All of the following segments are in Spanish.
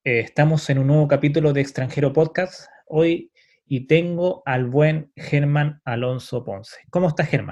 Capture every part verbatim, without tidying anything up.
Eh, estamos en un nuevo capítulo de Extranjero Podcast hoy y tengo al buen Germán Alonso Ponce. ¿Cómo está, Germán?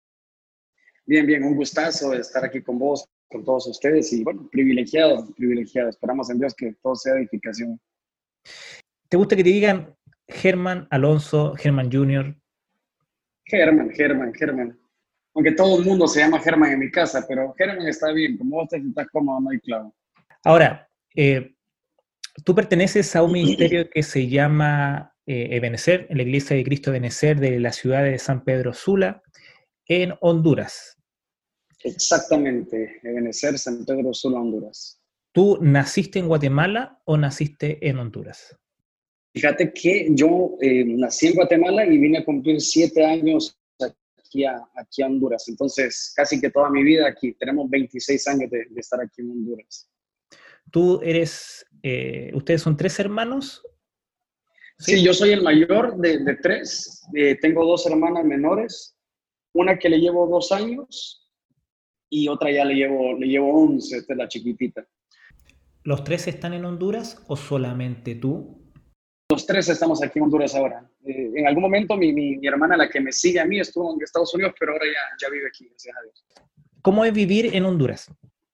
Bien, bien, un gustazo estar aquí con vos, con todos ustedes y bueno, privilegiado, privilegiado. Esperamos en Dios que todo sea edificación. ¿Te gusta que te digan Germán Alonso, Germán junior? Germán, Germán, Germán. Aunque todo el mundo se llama Germán en mi casa, pero Germán está bien, como vos te sientas cómodo, no hay clavo. Ahora, eh, tú perteneces a un ministerio que se llama eh, Ebenecer, en la Iglesia de Cristo Ebenecer de la ciudad de San Pedro Sula, en Honduras. Exactamente, Ebenecer, San Pedro Sula, Honduras. ¿Tú naciste en Guatemala o naciste en Honduras? Fíjate que yo eh, nací en Guatemala y vine a cumplir siete años aquí a, aquí a Honduras. Entonces, casi que toda mi vida aquí. Tenemos veintiséis años de, de estar aquí en Honduras. Tú eres, eh, ustedes son tres hermanos, ¿sí? Sí, yo soy el mayor de, de tres. Eh, tengo dos hermanas menores, una que le llevo dos años y otra ya le llevo, le llevo once, esta es la chiquitita. ¿Los tres están en Honduras o solamente tú? Los tres estamos aquí en Honduras ahora. Eh, en algún momento mi, mi, mi, hermana, la que me sigue a mí, estuvo en Estados Unidos, pero ahora ya, ya vive aquí, gracias a Dios. ¿Cómo es vivir en Honduras?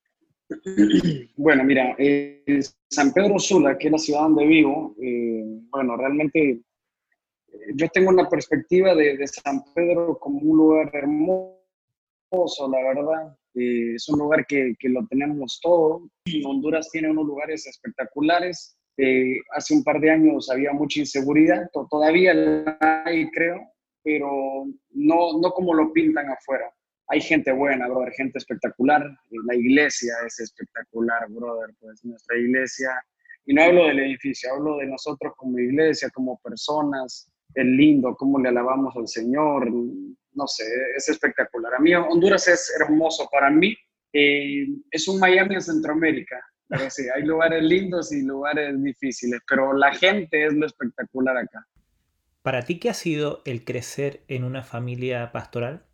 Bueno, mira, eh, San Pedro Sula, que es la ciudad donde vivo, eh, bueno, realmente eh, yo tengo una perspectiva de, de San Pedro como un lugar hermoso, la verdad. Eh, es un lugar que, que lo tenemos todo. Honduras tiene unos lugares espectaculares. Eh, hace un par de años había mucha inseguridad, todavía la hay, creo, pero no, no como lo pintan afuera. Hay gente buena, brother, gente espectacular. La iglesia es espectacular, brother, pues nuestra iglesia. Y no hablo del edificio, hablo de nosotros como iglesia, como personas. Es lindo cómo le alabamos al Señor. No sé, es espectacular. A mí Honduras es hermoso para mí. Eh, es un Miami en Centroamérica. Pero sí, hay lugares lindos y lugares difíciles, pero la gente es lo espectacular acá. ¿Para ti qué ha sido el crecer en una familia pastoral?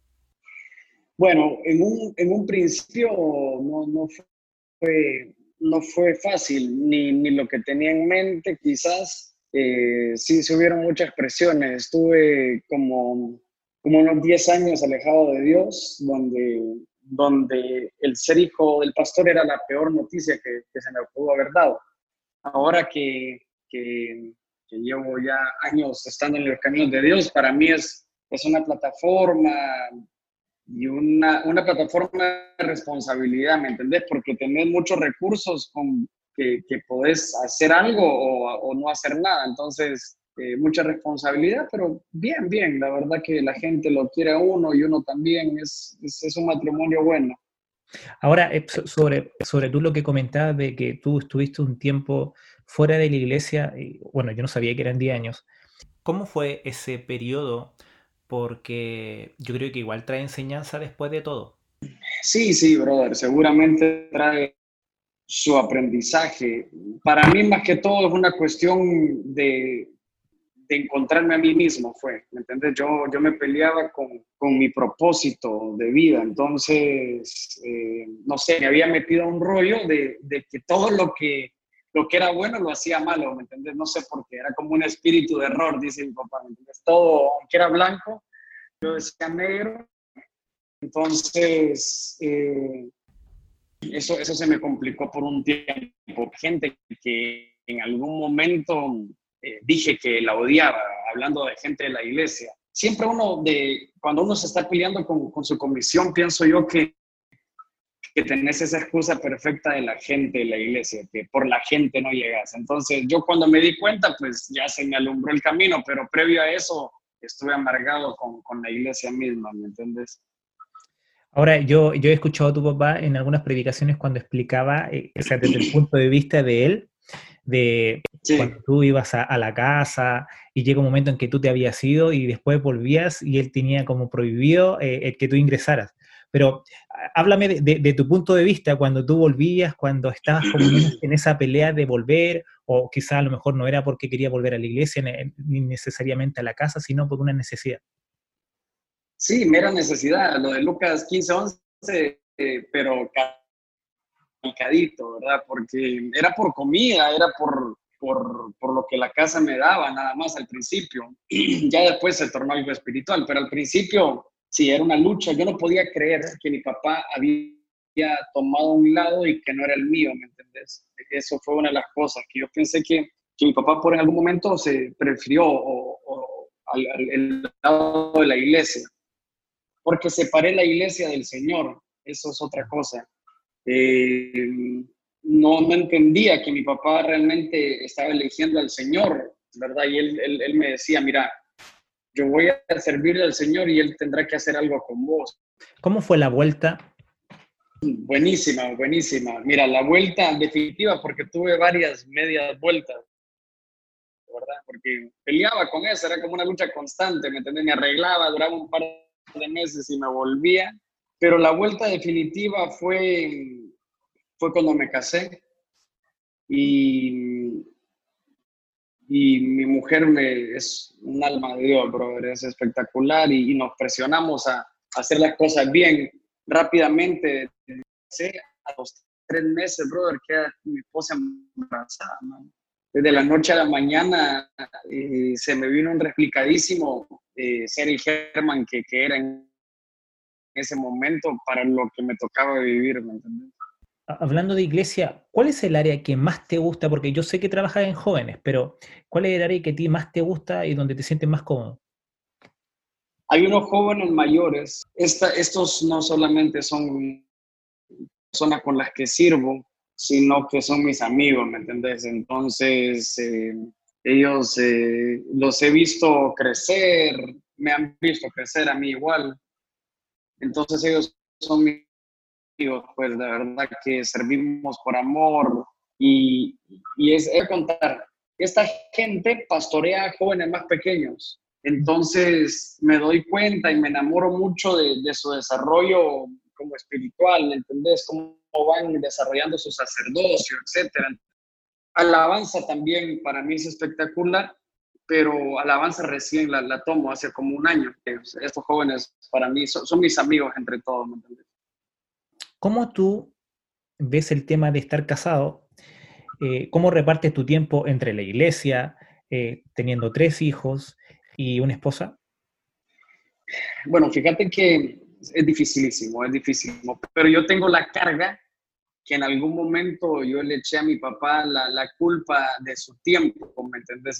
Bueno, en un, en un principio no, no, fue, no fue fácil, ni, ni lo que tenía en mente quizás. Eh, sí, se hubieron muchas presiones. Estuve como, como unos diez años alejado de Dios, donde, donde el ser hijo del pastor era la peor noticia que, que se me pudo haber dado. Ahora que, que, que llevo ya años estando en los caminos de Dios, para mí es, es una plataforma y una, una plataforma de responsabilidad, ¿me entendés? Porque tenés muchos recursos con que, que podés hacer algo o, o no hacer nada. Entonces, eh, mucha responsabilidad, pero bien, bien. La verdad que la gente lo quiere a uno y uno también. Es, es, es un matrimonio bueno. Ahora, sobre, sobre tú lo que comentabas de que tú estuviste un tiempo fuera de la iglesia, y, bueno, yo no sabía que eran diez años. ¿Cómo fue ese periodo? Porque yo creo que igual trae enseñanza después de todo. Sí, sí, brother, seguramente trae su aprendizaje. Para mí, más que todo, es una cuestión de, de encontrarme a mí mismo, fue, ¿me entiendes? Yo, yo me peleaba con, con mi propósito de vida, entonces, eh, no sé, me había metido a un rollo de, de que todo lo que, lo que era bueno lo hacía malo, ¿me entiendes? No sé por qué, era como un espíritu de error, dice mi papá, ¿me entiendes? Todo, aunque era blanco, yo decía negro, entonces... Eh, Eso, eso se me complicó por un tiempo. Gente que en algún momento eh, dije que la odiaba, hablando de gente de la iglesia. Siempre uno, de, cuando uno se está peleando con, con su comisión, pienso yo que, que tenés esa excusa perfecta de la gente de la iglesia, que por la gente no llegas. Entonces yo cuando me di cuenta, pues ya se me alumbró el camino, pero previo a eso estuve amargado con, con la iglesia misma, ¿me entiendes? Ahora, yo, yo he escuchado a tu papá en algunas predicaciones cuando explicaba, eh, o sea, desde el punto de vista de él, de Sí. cuando tú ibas a, a la casa y llega un momento en que tú te habías ido y después volvías y él tenía como prohibido eh, el que tú ingresaras. Pero ah, háblame de, de, de tu punto de vista cuando tú volvías, cuando estabas como en, en esa pelea de volver, o quizás a lo mejor no era porque quería volver a la iglesia ni necesariamente a la casa, sino por una necesidad. Sí, mera necesidad, lo de Lucas quince once, eh, pero trancadito, ¿verdad? Porque era por comida, era por, por, por lo que la casa me daba, nada más al principio. Ya después se tornó algo espiritual, pero al principio sí, era una lucha. Yo no podía creer que mi papá había tomado un lado y que no era el mío, ¿me entendés? Eso fue una de las cosas que yo pensé que, que mi papá por en algún momento se prefirió o, o, al, al el lado de la iglesia, porque separé la iglesia del Señor. Eso es otra cosa. Eh, no, no entendía que mi papá realmente estaba eligiendo al Señor, ¿verdad? Y él, él, él me decía, mira, yo voy a servirle al Señor y Él tendrá que hacer algo con vos. ¿Cómo fue la vuelta? Buenísima, buenísima. Mira, la vuelta definitiva, porque tuve varias medias vueltas, ¿verdad? Porque peleaba con eso, era como una lucha constante, ¿me entiendes? Me arreglaba, duraba un par de meses y me volvía. Pero la vuelta definitiva fue, fue cuando me casé y, y mi mujer me, es un alma de Dios, brother, es espectacular y, y nos presionamos a, a hacer las cosas bien rápidamente. Sí, a los tres meses, brother, queda mi esposa embarazada, man. Desde la noche a la mañana eh, se me vino un replicadísimo eh, ser el Germán que, que era en ese momento para lo que me tocaba vivir, ¿me entiendes? Hablando de iglesia, ¿cuál es el área que más te gusta? Porque yo sé que trabajas en jóvenes, pero ¿cuál es el área que a ti más te gusta y donde te sientes más cómodo? Hay unos jóvenes mayores, esta, estos no solamente son personas con las que sirvo, sino que son mis amigos, ¿me entendés? Entonces, eh, ellos eh, los he visto crecer, me han visto crecer a mí igual. Entonces, ellos son mis amigos, pues de verdad que servimos por amor y, y es, es contar, esta gente pastorea a jóvenes más pequeños. Entonces, me doy cuenta y me enamoro mucho de, de su desarrollo como espiritual, ¿entendés? Cómo van desarrollando su sacerdocio, etcétera. Alabanza también para mí es espectacular, pero alabanza recién la, la tomo hace como un año. Estos jóvenes para mí son, son mis amigos entre todos, ¿me entiendes? ¿Cómo tú ves el tema de estar casado? Eh, ¿cómo repartes tu tiempo entre la iglesia, eh, teniendo tres hijos y una esposa? Bueno, fíjate que es dificilísimo, es dificilísimo, pero yo tengo la carga que en algún momento yo le eché a mi papá la, la culpa de su tiempo, ¿me entiendes?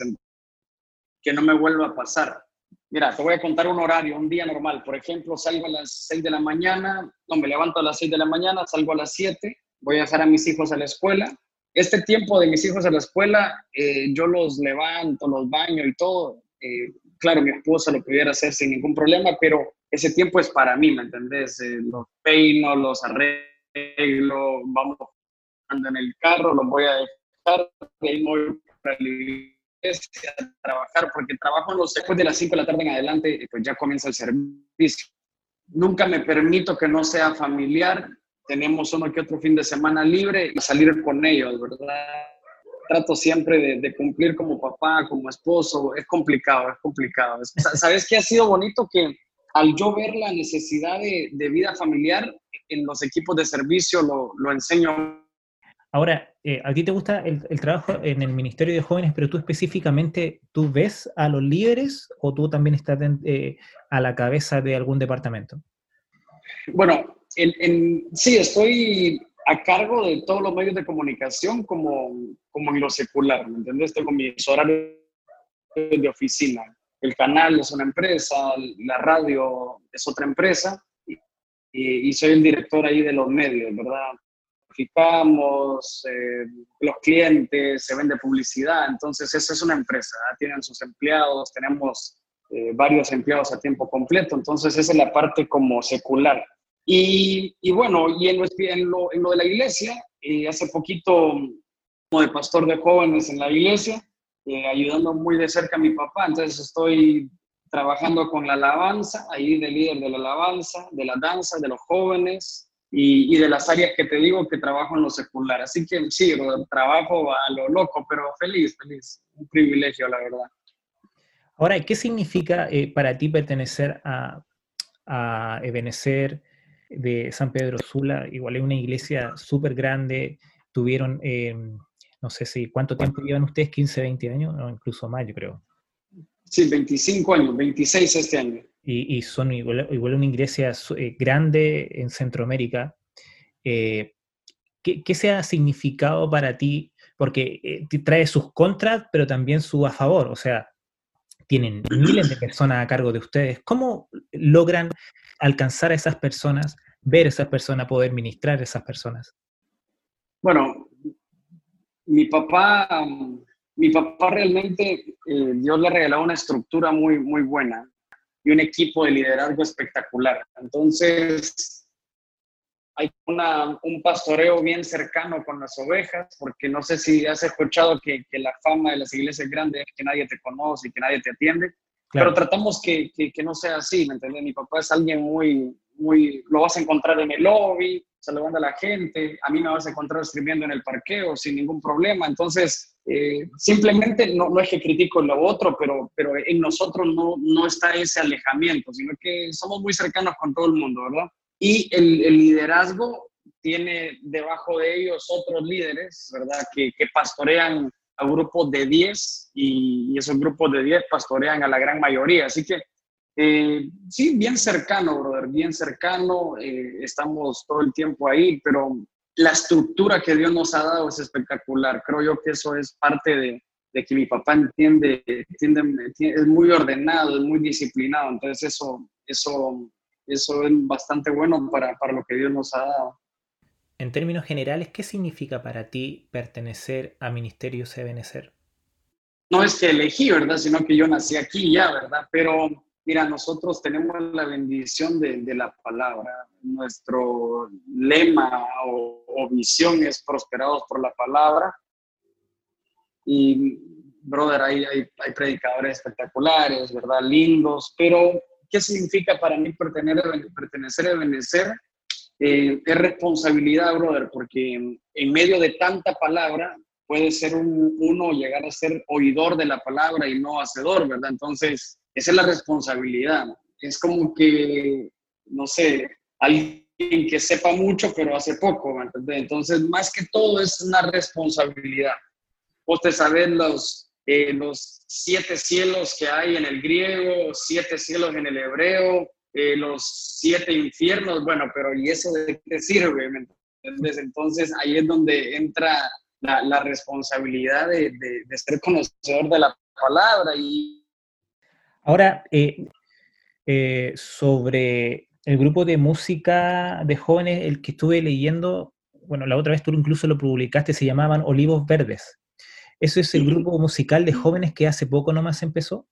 Que no me vuelva a pasar. Mira, te voy a contar un horario, un día normal. Por ejemplo, salgo a las seis de la mañana, no, me levanto a las seis de la mañana, salgo a las siete, voy a dejar a mis hijos a la escuela. Este tiempo de mis hijos a la escuela, eh, yo los levanto, los baño y todo. Eh, claro, mi esposa lo pudiera hacer sin ningún problema, pero ese tiempo es para mí, ¿me entendés? Eh, los peino, los arreglo, vamos en el carro, los voy a dejar, de ahí voy para el a trabajar, porque trabajo en los después de las cinco de la tarde en adelante, pues ya comienza el servicio. Nunca me permito que no sea familiar, tenemos uno que otro fin de semana libre y salir con ellos, ¿verdad? Trato siempre de, de cumplir como papá, como esposo, es complicado, es complicado. ¿Sabes qué ha sido bonito? Que al yo ver la necesidad de, de vida familiar en los equipos de servicio lo, lo enseño. Ahora, eh, a ti te gusta el, el trabajo en el Ministerio de Jóvenes, pero tú específicamente, ¿tú ves a los líderes o tú también estás en, eh, a la cabeza de algún departamento? Bueno, en, en, sí, estoy a cargo de todos los medios de comunicación como, como en lo secular, ¿me entiendes? Tengo mis horarios de oficina. El canal es una empresa, la radio es otra empresa y, y soy el director ahí de los medios, ¿verdad? Fijamos, eh, los clientes, se vende publicidad, entonces esa es una empresa, ¿eh? Tienen sus empleados, tenemos eh, varios empleados a tiempo completo, entonces esa es la parte como secular. Y, y bueno, y en lo, en, lo, en lo de la iglesia, eh, hace poquito como de pastor de jóvenes en la iglesia, eh, ayudando muy de cerca a mi papá, entonces estoy trabajando con la alabanza, ahí de líder de la alabanza, de la danza, de los jóvenes, y, y de las áreas que te digo que trabajo en lo secular. Así que sí, trabajo a lo loco, pero feliz, feliz. Un privilegio, la verdad. Ahora, ¿qué significa eh, para ti pertenecer a, a Ebenecer? de San Pedro Sula, igual es una iglesia súper grande, tuvieron, eh, no sé si, ¿cuánto tiempo llevan ustedes? ¿quince, veinte años? No, incluso más, yo creo. Sí, veinticinco años, veintiséis este año. Y, y son igual, igual una iglesia eh, grande en Centroamérica. Eh, ¿qué, ¿Qué se ha significado para ti? Porque eh, te trae sus contras, pero también su a favor. O sea, tienen miles de personas a cargo de ustedes. ¿Cómo logran alcanzar a esas personas, ver a esas personas, poder ministrar a esas personas? Bueno, mi papá, um, mi papá realmente, eh, Dios le regaló una estructura muy, muy buena y un equipo de liderazgo espectacular. Entonces, hay una, un pastoreo bien cercano con las ovejas, porque no sé si has escuchado que, que la fama de las iglesias grandes es que nadie te conoce y que nadie te atiende, pero Claro, tratamos que, que, que no sea así, ¿me entiendes? Mi papá es alguien muy, muy, lo vas a encontrar en el lobby, saludando a la gente, a mí me vas a encontrar escribiendo en el parqueo sin ningún problema, entonces eh, simplemente no, no es que critico lo otro, pero, pero en nosotros no, no está ese alejamiento, sino que somos muy cercanos con todo el mundo, ¿verdad? Y el, el liderazgo tiene debajo de ellos otros líderes, ¿verdad? Que, que pastorean a grupos de diez y, y esos grupos de diez pastorean a la gran mayoría. Así que eh, sí, bien cercano, brother, bien cercano. Eh, estamos todo el tiempo ahí, pero la estructura que Dios nos ha dado es espectacular. Creo yo que eso es parte de, de que mi papá entiende, entiende, es muy ordenado, es muy disciplinado. Entonces eso, eso eso es bastante bueno para, para lo que Dios nos ha dado. en términos generales, ¿qué significa para ti pertenecer a Ministerios Ebenecer? No es que elegí, ¿verdad? Sino que yo nací aquí ya, ¿verdad? Pero mira, nosotros tenemos la bendición de, de la palabra. Nuestro lema o, o visión es prosperados por la palabra. Y, brother, hay, hay, hay predicadores espectaculares, ¿verdad? Lindos, pero ¿qué significa para mí pertenecer, pertenecer a Ebenecer? Eh, es responsabilidad, brother, porque en, en medio de tanta palabra puede ser un, uno llegar a ser oidor de la palabra y no hacedor, ¿verdad? Entonces, esa es la responsabilidad. Es como que, no sé, alguien que sepa mucho pero hace poco, ¿me entiendes? Entonces, más que todo es una responsabilidad. Vos te sabés los, eh, los siete cielos que hay en el griego, siete cielos en el hebreo, eh, los siete infiernos, bueno, pero ¿y eso de qué sirve? ¿Me entiendes? Entonces ahí es donde entra la, la responsabilidad de, de, de ser conocedor de la palabra. Y Ahora, eh, eh, sobre el grupo de música de jóvenes, el que estuve leyendo, bueno, la otra vez tú incluso lo publicaste, se llamaban Olivos Verdes. ¿Eso es el grupo musical de jóvenes que hace poco nomás empezó?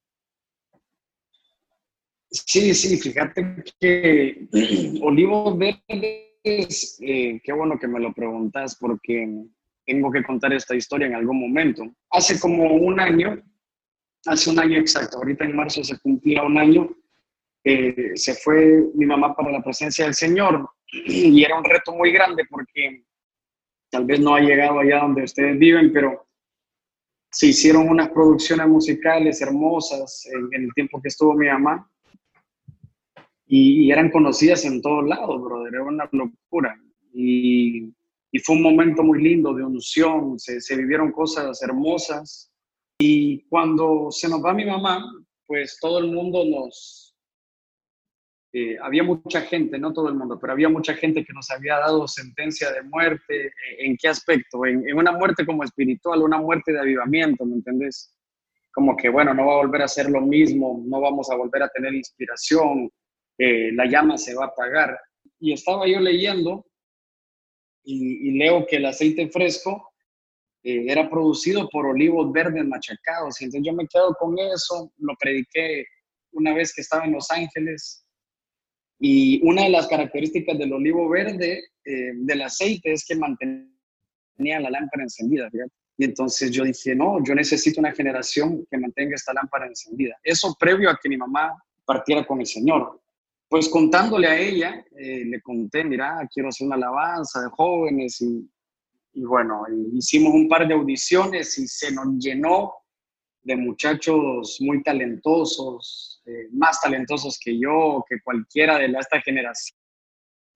sí, sí, fíjate que Olivos Verdes, eh, qué bueno que me lo preguntas porque tengo que contar esta historia en algún momento. Hace como un año, hace un año exacto, ahorita en marzo se cumplía un año, eh, se fue mi mamá para la presencia del Señor y era un reto muy grande porque tal vez no ha llegado allá donde ustedes viven, pero se hicieron unas producciones musicales hermosas en, en el tiempo que estuvo mi mamá y, y eran conocidas en todos lados, brother, era una locura. Y, y fue un momento muy lindo de unción, se, se vivieron cosas hermosas. Y cuando se nos va mi mamá, pues todo el mundo nos, Eh, había mucha gente, no todo el mundo, pero había mucha gente que nos había dado sentencia de muerte. Eh, ¿En qué aspecto? En, en, una muerte como espiritual, una muerte de avivamiento, ¿me entendés? Como que, bueno, no va a volver a ser lo mismo, no vamos a volver a tener inspiración, eh, la llama se va a apagar. Y estaba yo leyendo y, y leo que el aceite fresco eh, era producido por olivos verdes machacados. Y entonces yo me quedo con eso, lo prediqué una vez que estaba en Los Ángeles. Y una de las características del olivo verde, eh, del aceite, es que mantenía la lámpara encendida, fíjate. Y entonces yo dije, no, yo necesito una generación que mantenga esta lámpara encendida. Eso previo a que mi mamá partiera con el Señor. Pues contándole a ella, eh, le conté, mira, quiero hacer una alabanza de jóvenes y, y bueno, hicimos un par de audiciones y se nos llenó de muchachos muy talentosos, eh, más talentosos que yo, que cualquiera de la, esta generación.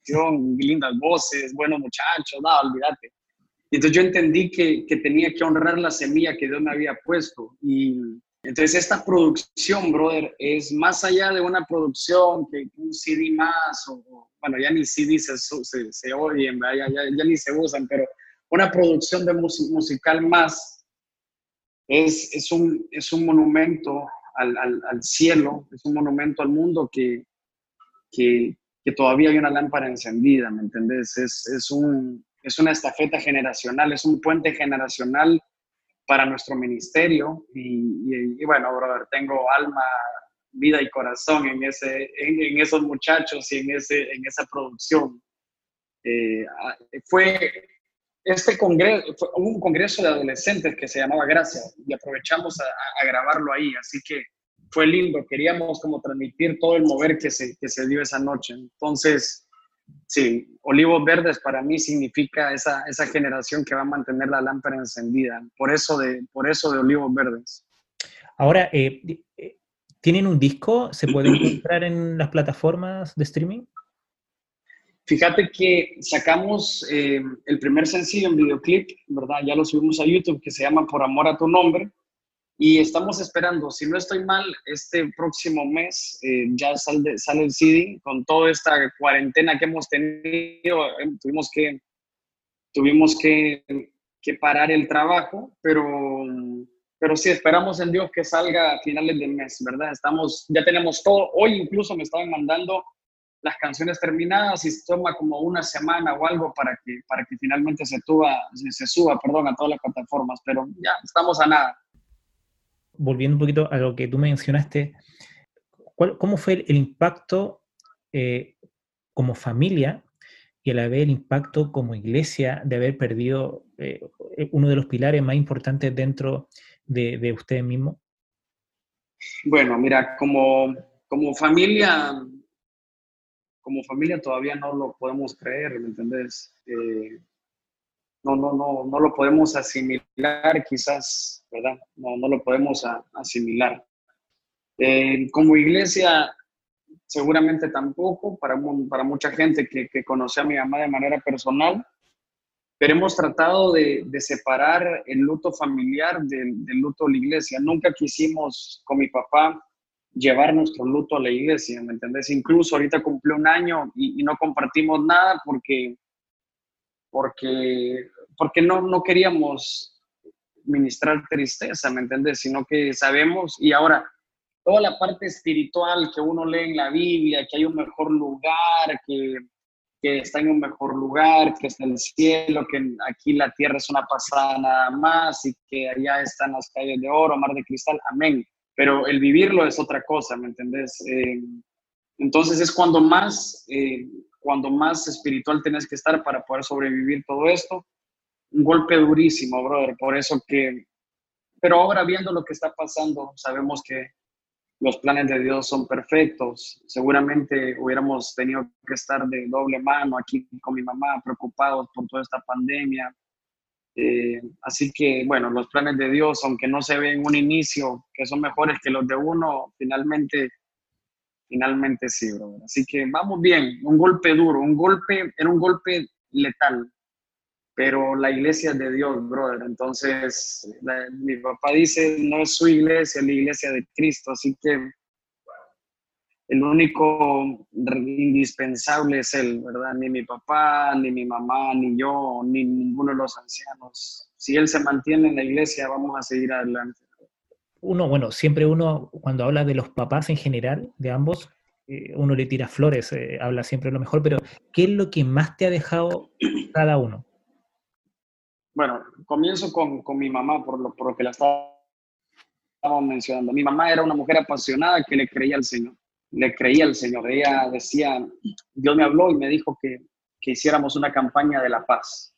producción, lindas voces, buenos muchachos, no, olvídate. Entonces yo entendí que, que tenía que honrar la semilla que Dios me había puesto. Y entonces esta producción, brother, es más allá de una producción que un C D más, o bueno, ya ni C D se, se, se oyen, ya, ya, ya ni se usan, pero una producción de mus, musical más es, es, un, es un monumento al, al, al cielo, es un monumento al mundo que, que, que todavía hay una lámpara encendida, ¿me entendés? Es, es, un, es una estafeta generacional, es un puente generacional para nuestro ministerio y, y, y bueno, brother, tengo alma, vida y corazón en, ese, en, en esos muchachos y en, ese, en esa producción. Eh, fue este congreso, fue un congreso de adolescentes que se llamaba Gracia y aprovechamos a, a grabarlo ahí, así que fue lindo, queríamos como transmitir todo el mover que se, que se dio esa noche. Entonces, sí, Olivos Verdes para mí significa esa, esa generación que va a mantener la lámpara encendida, por eso de, por eso de Olivos Verdes. Ahora, eh, ¿tienen un disco? ¿Se puede encontrar en las plataformas de streaming? Fíjate que sacamos eh, el primer sencillo en videoclip, ¿verdad? Ya lo subimos a YouTube, que se llama Por Amor a Tu Nombre. Y estamos esperando, si no estoy mal, este próximo mes eh, ya sale, sale el C D. Con toda esta cuarentena que hemos tenido, eh, tuvimos, que, tuvimos que, que parar el trabajo, pero, pero sí, esperamos en Dios que salga a finales del mes, ¿verdad? Estamos, ya tenemos todo. Hoy incluso me estaban mandando las canciones terminadas y toma como una semana o algo para que, para que finalmente se, tuba, se, se suba perdón, a todas las plataformas, pero ya estamos a nada. Volviendo un poquito a lo que tú mencionaste, ¿cuál, ¿cómo fue el impacto eh, como familia y a la vez el impacto como iglesia de haber perdido eh, uno de los pilares más importantes dentro de, de ustedes mismos? Bueno, mira, como, como familia, como familia todavía no lo podemos creer, ¿me entendés? Eh, no, no, no, no lo podemos asimilar quizás, ¿verdad? No, no lo podemos a, asimilar. Eh, como iglesia, seguramente tampoco, para, para mucha gente que, que conoce a mi mamá de manera personal, pero hemos tratado de, de separar el luto familiar del, del luto de la iglesia. Nunca quisimos con mi papá llevar nuestro luto a la iglesia, ¿me entendés? Incluso ahorita cumplió un año y, y no compartimos nada porque, porque, porque no, no queríamos ministrar tristeza, ¿me entendés? Sino que sabemos, y ahora, toda la parte espiritual que uno lee en la Biblia, que hay un mejor lugar, que, que está en un mejor lugar, que está en el cielo, que aquí la tierra es una pasada nada más y que allá están las calles de oro, mar de cristal, amén. Pero el vivirlo es otra cosa, ¿me entendés? Eh, entonces es cuando más, eh, cuando más espiritual tenés que estar para poder sobrevivir todo esto. Un golpe durísimo, brother, por eso que... Pero ahora viendo lo que está pasando, sabemos que los planes de Dios son perfectos. Seguramente hubiéramos tenido que estar de doble mano aquí con mi mamá, preocupados por toda esta pandemia. Eh, así que, bueno, los planes de Dios, aunque no se ven en un inicio que son mejores que los de uno, finalmente, finalmente sí, bro. Así que vamos bien, un golpe duro, un golpe, era un golpe letal, pero la iglesia es de Dios, brother. Entonces, la, mi papá dice, no es su iglesia, es la iglesia de Cristo, así que el único indispensable es Él, ¿verdad? Ni mi papá, ni mi mamá, ni yo, ni ninguno de los ancianos. Si Él se mantiene en la iglesia, vamos a seguir adelante. Uno, bueno, siempre uno, cuando habla de los papás en general, de ambos, eh, uno le tira flores, eh, habla siempre lo mejor, pero ¿qué es lo que más te ha dejado cada uno? Bueno, comienzo con, con mi mamá, por lo, por lo que la estábamos mencionando. Mi mamá era una mujer apasionada que le creía al Señor. Le creía al Señor. Ella decía, Dios me habló y me dijo que, que hiciéramos una campaña de la paz.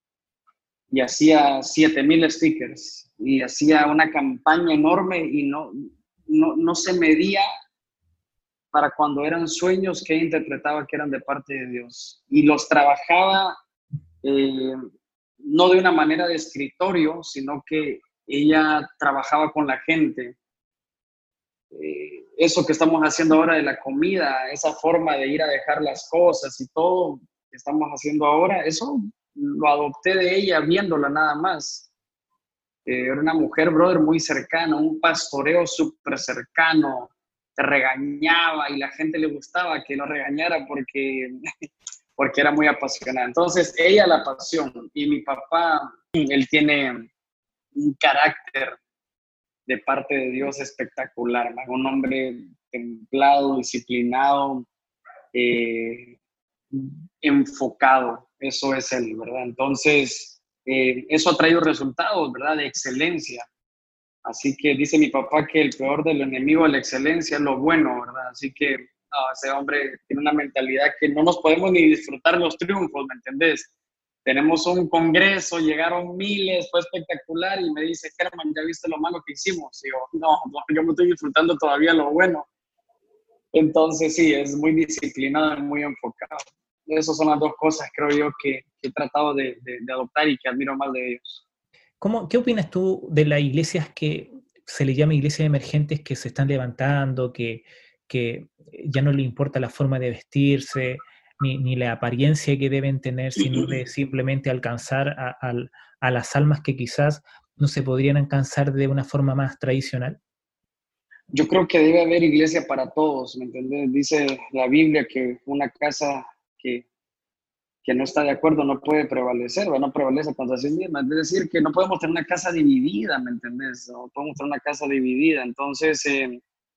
Y hacía siete mil stickers y hacía una campaña enorme y no, no, no se medía para cuando eran sueños que ella interpretaba que eran de parte de Dios. Y los trabajaba eh, no de una manera de escritorio, sino que ella trabajaba con la gente. eh, eso que estamos haciendo ahora de la comida, esa forma de ir a dejar las cosas y todo que estamos haciendo ahora, eso lo adopté de ella viéndola nada más. Eh, era una mujer, brother, muy cercana, un pastoreo súper cercano, te regañaba y la gente le gustaba que lo regañara porque, porque era muy apasionada. Entonces, ella la pasión y mi papá, él tiene un carácter de parte de Dios espectacular, man. Un hombre templado, disciplinado, eh, enfocado, eso es él, ¿verdad? Entonces, eh, eso ha traído resultados, ¿verdad? De excelencia. Así que dice mi papá que el peor del enemigo de la excelencia es lo bueno, ¿verdad? Así que no, ese hombre tiene una mentalidad que no nos podemos ni disfrutar los triunfos, ¿me entendés? Tenemos un congreso, llegaron miles, fue espectacular y me dice, Germán, ¿ya viste lo malo que hicimos? Y yo, no, no, yo me estoy disfrutando todavía lo bueno. Entonces sí, es muy disciplinado y muy enfocado. Esas son las dos cosas, creo yo, que, que he tratado de, de, de adoptar y que admiro más de ellos. ¿Cómo, qué opinas tú de las iglesias que se le llama iglesias emergentes que se están levantando, que, que ya no le importa la forma de vestirse, ni, ni la apariencia que deben tener, sino de simplemente alcanzar a, a, a las almas que quizás no se podrían alcanzar de una forma más tradicional? Yo creo que debe haber iglesia para todos, ¿me entiendes? Dice la Biblia que una casa que, que no está de acuerdo no puede prevalecer, o no prevalece contra sí misma. Es decir, que no podemos tener una casa dividida, ¿me entiendes? No podemos tener una casa dividida. Entonces, eh,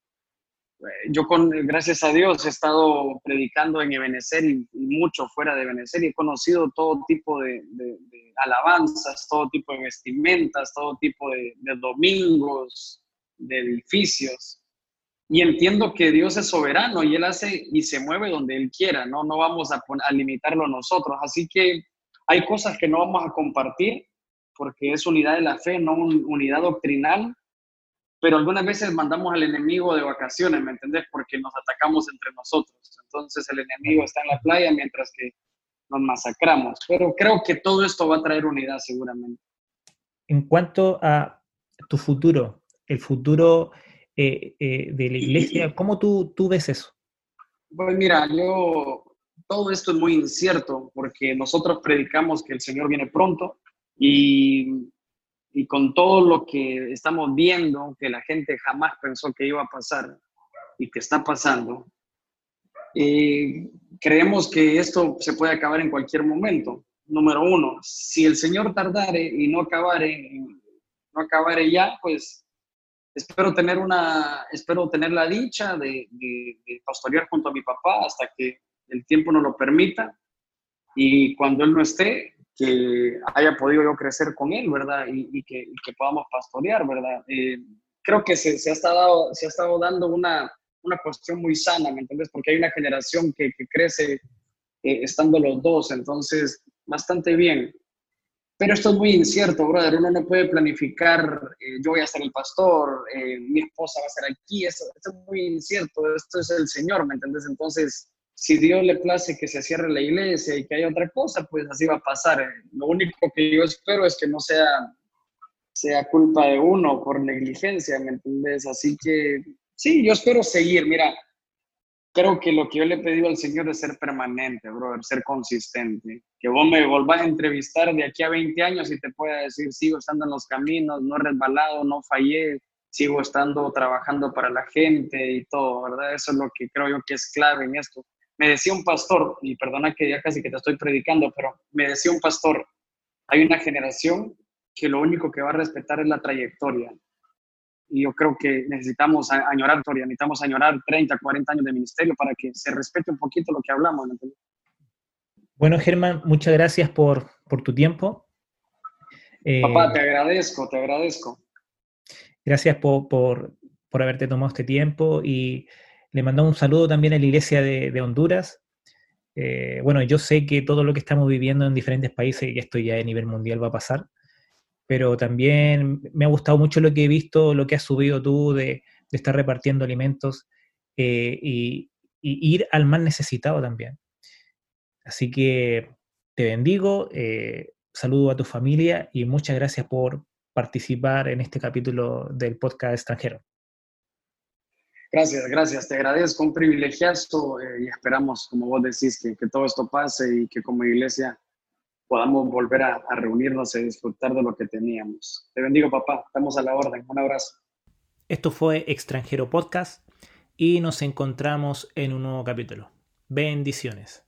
yo con, gracias a Dios he estado predicando en Ebenezer y, y mucho fuera de Ebenezer y he conocido todo tipo de, de, de alabanzas, todo tipo de vestimentas, todo tipo de, de domingos, de edificios. Y entiendo que Dios es soberano y Él hace y se mueve donde Él quiera, ¿no? No vamos a, a limitarlo nosotros. Así que hay cosas que no vamos a compartir porque es unidad de la fe, no un, unidad doctrinal, pero algunas veces mandamos al enemigo de vacaciones, ¿me entendés? Porque nos atacamos entre nosotros. Entonces el enemigo está en la playa mientras que nos masacramos. Pero creo que todo esto va a traer unidad seguramente. En cuanto a tu futuro, el futuro eh, eh, de la iglesia, ¿cómo tú, tú ves eso? Pues mira, yo, todo esto es muy incierto porque nosotros predicamos que el Señor viene pronto y, y con todo lo que estamos viendo, que la gente jamás pensó que iba a pasar y que está pasando, eh, creemos que esto se puede acabar en cualquier momento. Número uno, si el Señor tardare y no acabare, no acabare ya, pues espero tener una, espero tener la dicha de, de, de pastorear junto a mi papá hasta que el tiempo nos lo permita y cuando él no esté, que haya podido yo crecer con él, ¿verdad? Y, y, que, y que podamos pastorear, ¿verdad? Eh, creo que se, se, ha estado, se ha estado dando una, una cuestión muy sana, ¿me entiendes? Porque hay una generación que, que crece eh, estando los dos, entonces, bastante bien. Pero esto es muy incierto, brother. Uno no puede planificar, eh, yo voy a ser el pastor, eh, mi esposa va a ser aquí. Esto, esto es muy incierto. Esto es el Señor, ¿me entiendes? Entonces, si Dios le place que se cierre la iglesia y que haya otra cosa, pues así va a pasar. Lo único que yo espero es que no sea, sea culpa de uno por negligencia, ¿me entiendes? Así que, sí, yo espero seguir. Mira, creo que lo que yo le he pedido al Señor es ser permanente, brother, ser consistente. Que vos me volvás a entrevistar de aquí a veinte años y te pueda decir, sigo estando en los caminos, no he resbalado, no fallé, sigo estando trabajando para la gente y todo, ¿verdad? Eso es lo que creo yo que es clave en esto. Me decía un pastor, y perdona que ya casi que te estoy predicando, pero me decía un pastor, hay una generación que lo único que va a respetar es la trayectoria. Y yo creo que necesitamos añorar, necesitamos añorar treinta, cuarenta años de ministerio para que se respete un poquito lo que hablamos, ¿no? Bueno, Germán, muchas gracias por, por tu tiempo. Papá, Eh, te agradezco, te agradezco. gracias por, por, por haberte tomado este tiempo y le mandamos un saludo también a la Iglesia de, de Honduras. Eh, bueno, yo sé que todo lo que estamos viviendo en diferentes países, y esto ya a nivel mundial va a pasar, pero también me ha gustado mucho lo que he visto, lo que has subido tú de, de estar repartiendo alimentos eh, y, y ir al más necesitado también. Así que te bendigo, eh, saludo a tu familia y muchas gracias por participar en este capítulo del podcast extranjero. Gracias, gracias. Te agradezco, un privilegiazo eh, y esperamos, como vos decís, que, que todo esto pase y que como iglesia podamos volver a, a reunirnos y disfrutar de lo que teníamos. Te bendigo, papá. Estamos a la orden. Un abrazo. Esto fue Extranjero Podcast y nos encontramos en un nuevo capítulo. Bendiciones.